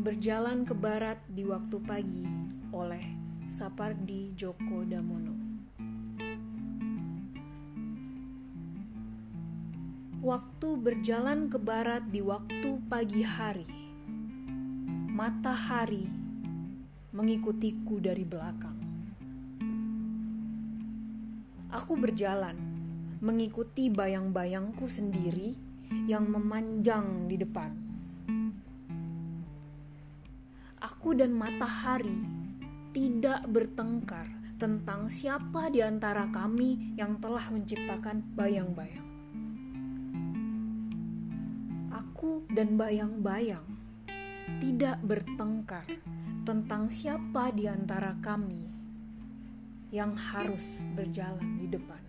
Berjalan ke barat di waktu pagi oleh Sapardi Djoko Damono. Waktu berjalan ke barat di waktu pagi hari. Matahari mengikutiku dari belakang. Aku berjalan mengikuti bayang-bayangku sendiri yang memanjang di depan. Aku dan matahari tidak bertengkar tentang siapa di antara kami yang telah menciptakan bayang-bayang. Aku dan bayang-bayang tidak bertengkar tentang siapa di antara kami yang harus berjalan di depan.